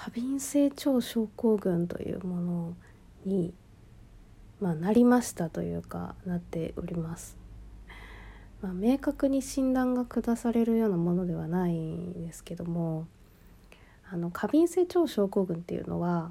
過敏性腸症候群というものに、なりましたというかなっております。明確に診断が下されるようなものではないんですけども、過敏性腸症候群っていうのは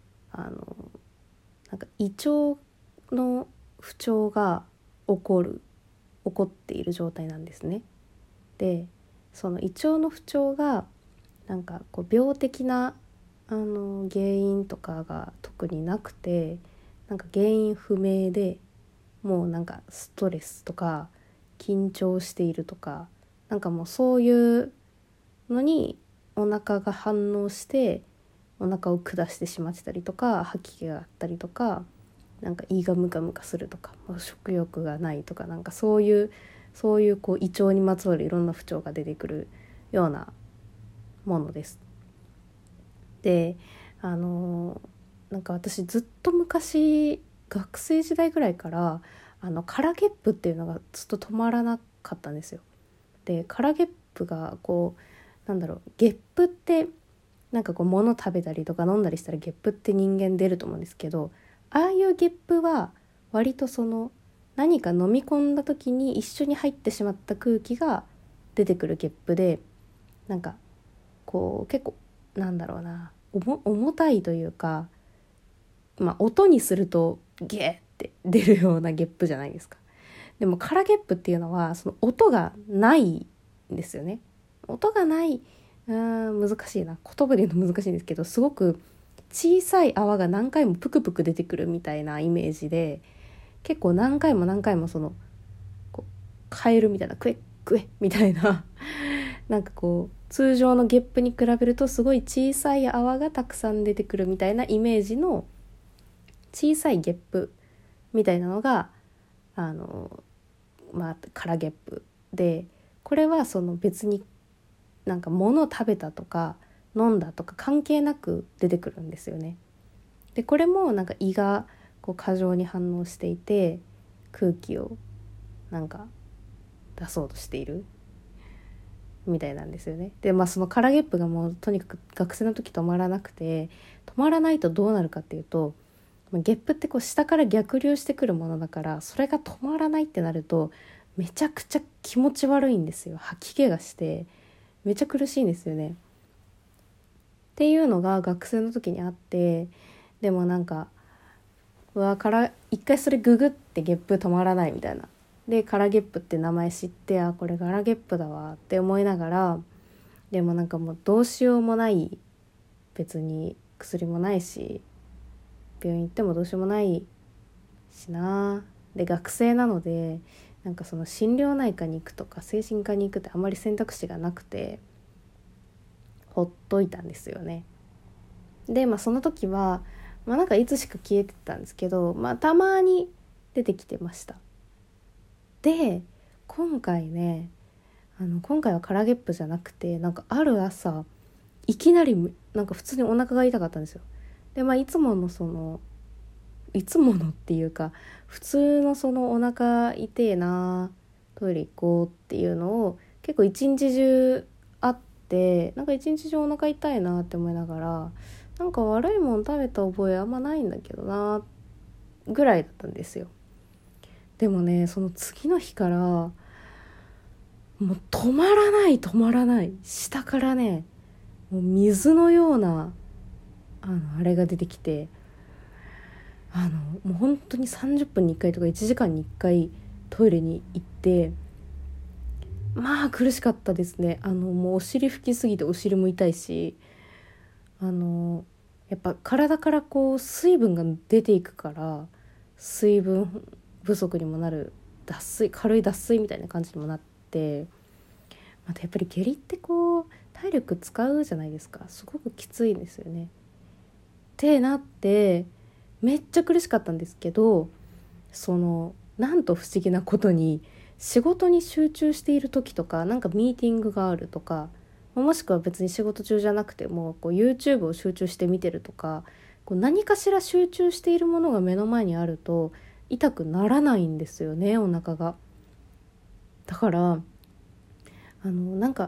なんか胃腸の不調が起こっている状態なんですね。でその胃腸の不調がなんかこう病的な原因とかが特になくて、なんか原因不明で、もうなんかストレスとか緊張しているとか、なんかもうそういうのにお腹が反応してお腹を下してしまってたりとか、吐き気があったりとか、なんか胃がムカムカするとか、食欲がないとか、なんかそういうこう胃腸にまつわるいろんな不調が出てくるようなものです。でなんか私ずっと昔、学生時代ぐらいから空ゲップっていうのがずっと止まらなかったんですよ。で空ゲップがこうゲップってなんかこう物食べたりとか飲んだりしたらゲップって人間出ると思うんですけど、ああいうゲップは割とその何か飲み込んだ時に一緒に入ってしまった空気が出てくるゲップで、なんかこう結構重たいというか、音にするとゲーって出るようなゲップじゃないですか。でも空ゲップっていうのはその音がないんですよね。音がない、難しいな、言葉で言うの難しいんですけど、すごく小さい泡が何回もプクプク出てくるみたいなイメージで、結構何回も何回もそのこうカエルみたいなクエックエみたいななんかこう通常のゲップに比べるとすごい小さい泡がたくさん出てくるみたいなイメージの小さいゲップみたいなのが空ゲップで、これはその別になんか物を食べたとか飲んだとか関係なく出てくるんですよね。でこれもなんか胃がこう過剰に反応していて空気をなんか出そうとしているみたいなんですよね。でその空ゲップがもうとにかく学生の時止まらなくて、止まらないとどうなるかっていうと、ゲップってこう下から逆流してくるものだから、それが止まらないってなるとめちゃくちゃ気持ち悪いんですよ。吐き気がしてめちゃ苦しいんですよね。っていうのが学生の時にあって、でもなんか一回それググってゲップ止まらないみたいなで、空ゲップって名前知って、これ空ゲップだわって思いながら、でもなんかもうどうしようもない、別に薬もないし病院行ってもどうしようもないしな。で学生なのでなんかその心療内科に行くとか精神科に行くってあまり選択肢がなくてほっといたんですよね。でその時はなんかいつしか消えてたんですけど、たまに出てきてました。で今回は空ゲップじゃなくて、なんかある朝いきなりなんか普通にお腹が痛かったんですよ。でいつものっていうか普通のそのお腹痛えなトイレ行こうっていうのを結構一日中あって、なんか一日中お腹痛いなって思いながら、なんか悪いもん食べた覚えあんまないんだけどなぐらいだったんですよ。でもね、その次の日からもう止まらない下からね、もう水のようなあれが出てきて、もう本当に30分に1回とか1時間に1回トイレに行って、苦しかったですね。もうお尻拭きすぎてお尻も痛いし、やっぱ体からこう水分が出ていくから、水分不足にもなる、軽い脱水みたいな感じにもなって、またやっぱり下痢ってこう体力使うじゃないですか。すごくきついんですよねってなって、めっちゃ苦しかったんですけど、なんと不思議なことに仕事に集中している時とか、なんかミーティングがあるとか、もしくは別に仕事中じゃなくてもこう YouTube を集中して見てるとか、こう何かしら集中しているものが目の前にあると痛くならないんですよね、お腹が。だから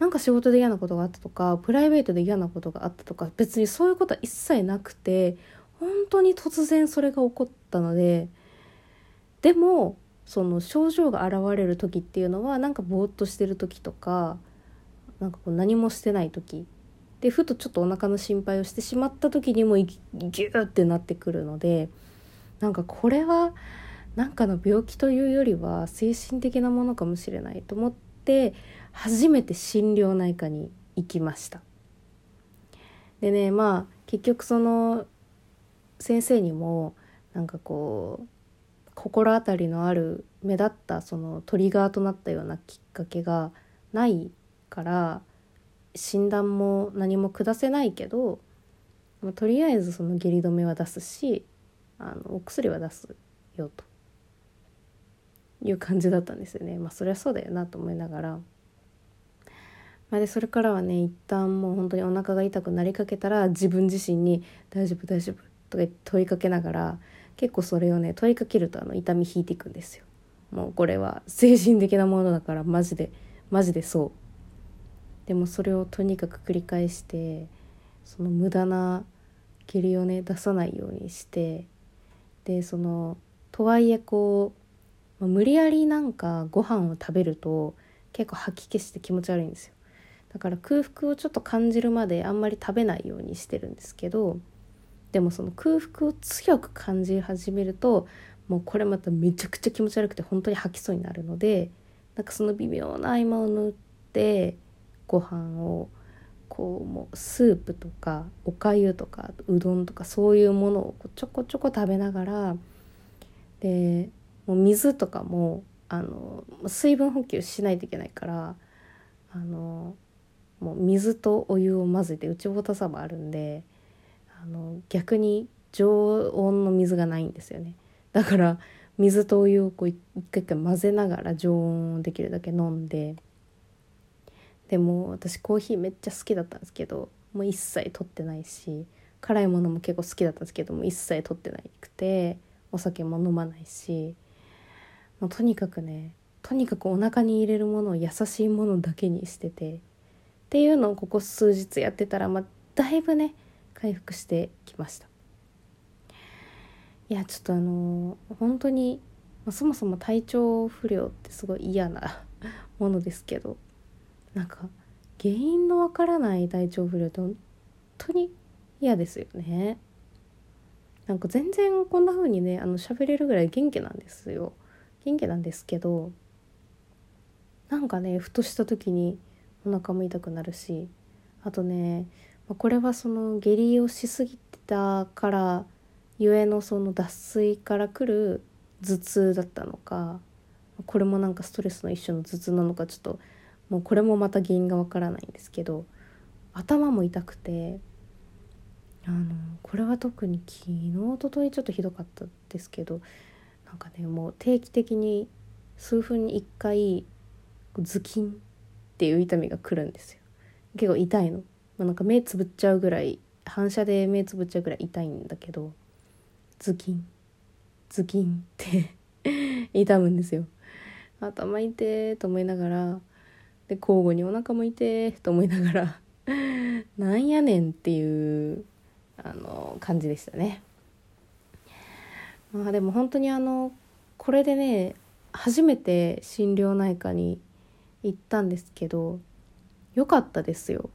なんか仕事で嫌なことがあったとかプライベートで嫌なことがあったとか、別にそういうことは一切なくて、本当に突然それが起こったので、でもその症状が現れる時っていうのはなんかぼーっとしてる時とか、なんかこう何もしてない時で、ふとちょっとお腹の心配をしてしまった時にもギューってなってくるので、なんかこれはなんかの病気というよりは精神的なものかもしれないと思って初めて心療内科に行きました。でね、結局その先生にもなんかこう心当たりのある目立ったそのトリガーとなったようなきっかけがないから診断も何も下せないけど、とりあえずその下痢止めは出すし、お薬は出すよという感じだったんですよね。そりゃそうだよなと思いながら、でそれからはね、一旦もう本当にお腹が痛くなりかけたら自分自身に大丈夫大丈夫とか問いかけながら、結構それをね問いかけると痛み引いていくんですよ。もうこれは精神的なものだからマジでそう。でもそれをとにかく繰り返して、その無駄な下痢をね出さないようにして、でそのとはいえこう無理やりなんかご飯を食べると結構吐き気して気持ち悪いんですよ。だから空腹をちょっと感じるまであんまり食べないようにしてるんですけど、でもその空腹を強く感じ始めるともうこれまためちゃくちゃ気持ち悪くて本当に吐きそうになるので、なんかその微妙な合間を縫ってご飯をこうもうスープとかおかゆとかうどんとかそういうものをちょこちょこ食べながら、でもう水とかも水分補給しないといけないから、もう水とお湯を混ぜて、うちウォーターサーバーあるんで逆に常温の水がないんですよね。だから水とお湯をこう一回一回混ぜながら常温をできるだけ飲んで、でも私コーヒーめっちゃ好きだったんですけど、もう一切取ってないし、辛いものも結構好きだったんですけども一切取ってなくて、お酒も飲まないし、もうとにかくお腹に入れるものを優しいものだけにしててっていうのをここ数日やってたら、だいぶね回復してきました。いやちょっと本当に、そもそも体調不良ってすごい嫌なものですけど、なんか原因のわからない体調不良って本当に嫌ですよね。なんか全然こんな風にね喋れるぐらい元気なんですよ。元気なんですけど、なんかねふとした時にお腹も痛くなるし、あとね、これはその下痢をしすぎてたからゆえのその脱水から来る頭痛だったのか、これもなんかストレスの一種の頭痛なのか、ちょっともうこれもまた原因がわからないんですけど、頭も痛くて、これは特に昨日一昨日ちょっとひどかったですけど、なんかねもう定期的に数分に1回ズキンっていう痛みが来るんですよ。結構痛いの、なんか目つぶっちゃうぐらい、反射で目つぶっちゃうぐらい痛いんだけど、ズキンズキンって痛むんですよ。頭痛えと思いながら、で交互にお腹も痛えと思いながらなんやねんっていう感じでしたね。でも本当にこれでね初めて心療内科に行ったんですけど、良かったですよ。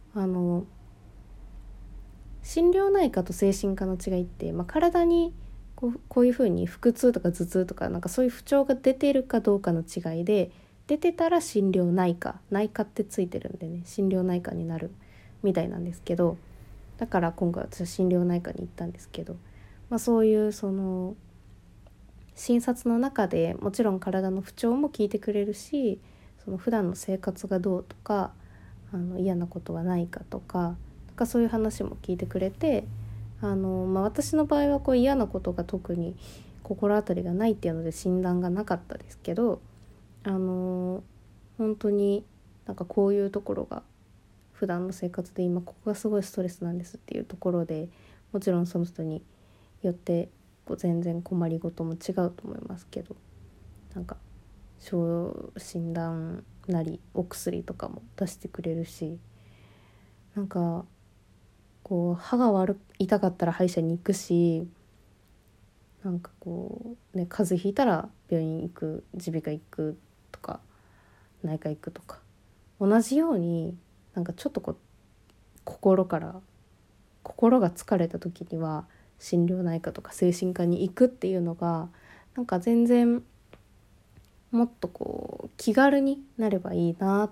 心療内科と精神科の違いって、体にこういうふうに腹痛とか頭痛とかなんかそういう不調が出ているかどうかの違いで、出てたら心療内科ってついてるんでね、心療内科になるみたいなんですけど、だから今回私は心療内科に行ったんですけど、そういうその診察の中でもちろん体の不調も聞いてくれるし、その普段の生活がどうとか嫌なことはないかとか、そういう話も聞いてくれて、私の場合はこう嫌なことが特に心当たりがないっていうので診断がなかったですけど、本当になんかこういうところが普段の生活で今ここがすごいストレスなんですっていうところで、もちろんその人によって全然困りごとも違うと思いますけど、なんか診断なりお薬とかも出してくれるし、なんかこう歯が痛かったら歯医者に行くし、なんかこうね、風邪ひいたら病院行く、耳鼻科行くとか内科行くとか、同じようになんかちょっとこう心が疲れた時には心療内科とか精神科に行くっていうのがなんか全然もっとこう気軽になればいいなって、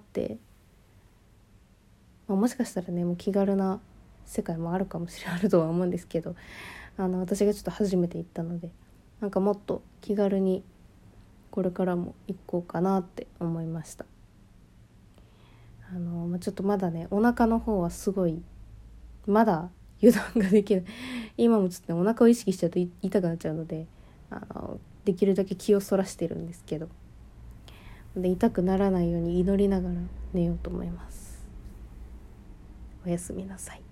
もしかしたらねもう気軽な世界もあるとは思うんですけど、私がちょっと初めて行ったので、なんかもっと気軽にこれからも行こうかなって思いました。ちょっとまだねお腹の方はすごいまだ油断ができない。今もちょっとねお腹を意識しちゃうと痛くなっちゃうので、できるだけ気をそらしてるんですけど、で痛くならないように祈りながら寝ようと思います。おやすみなさい。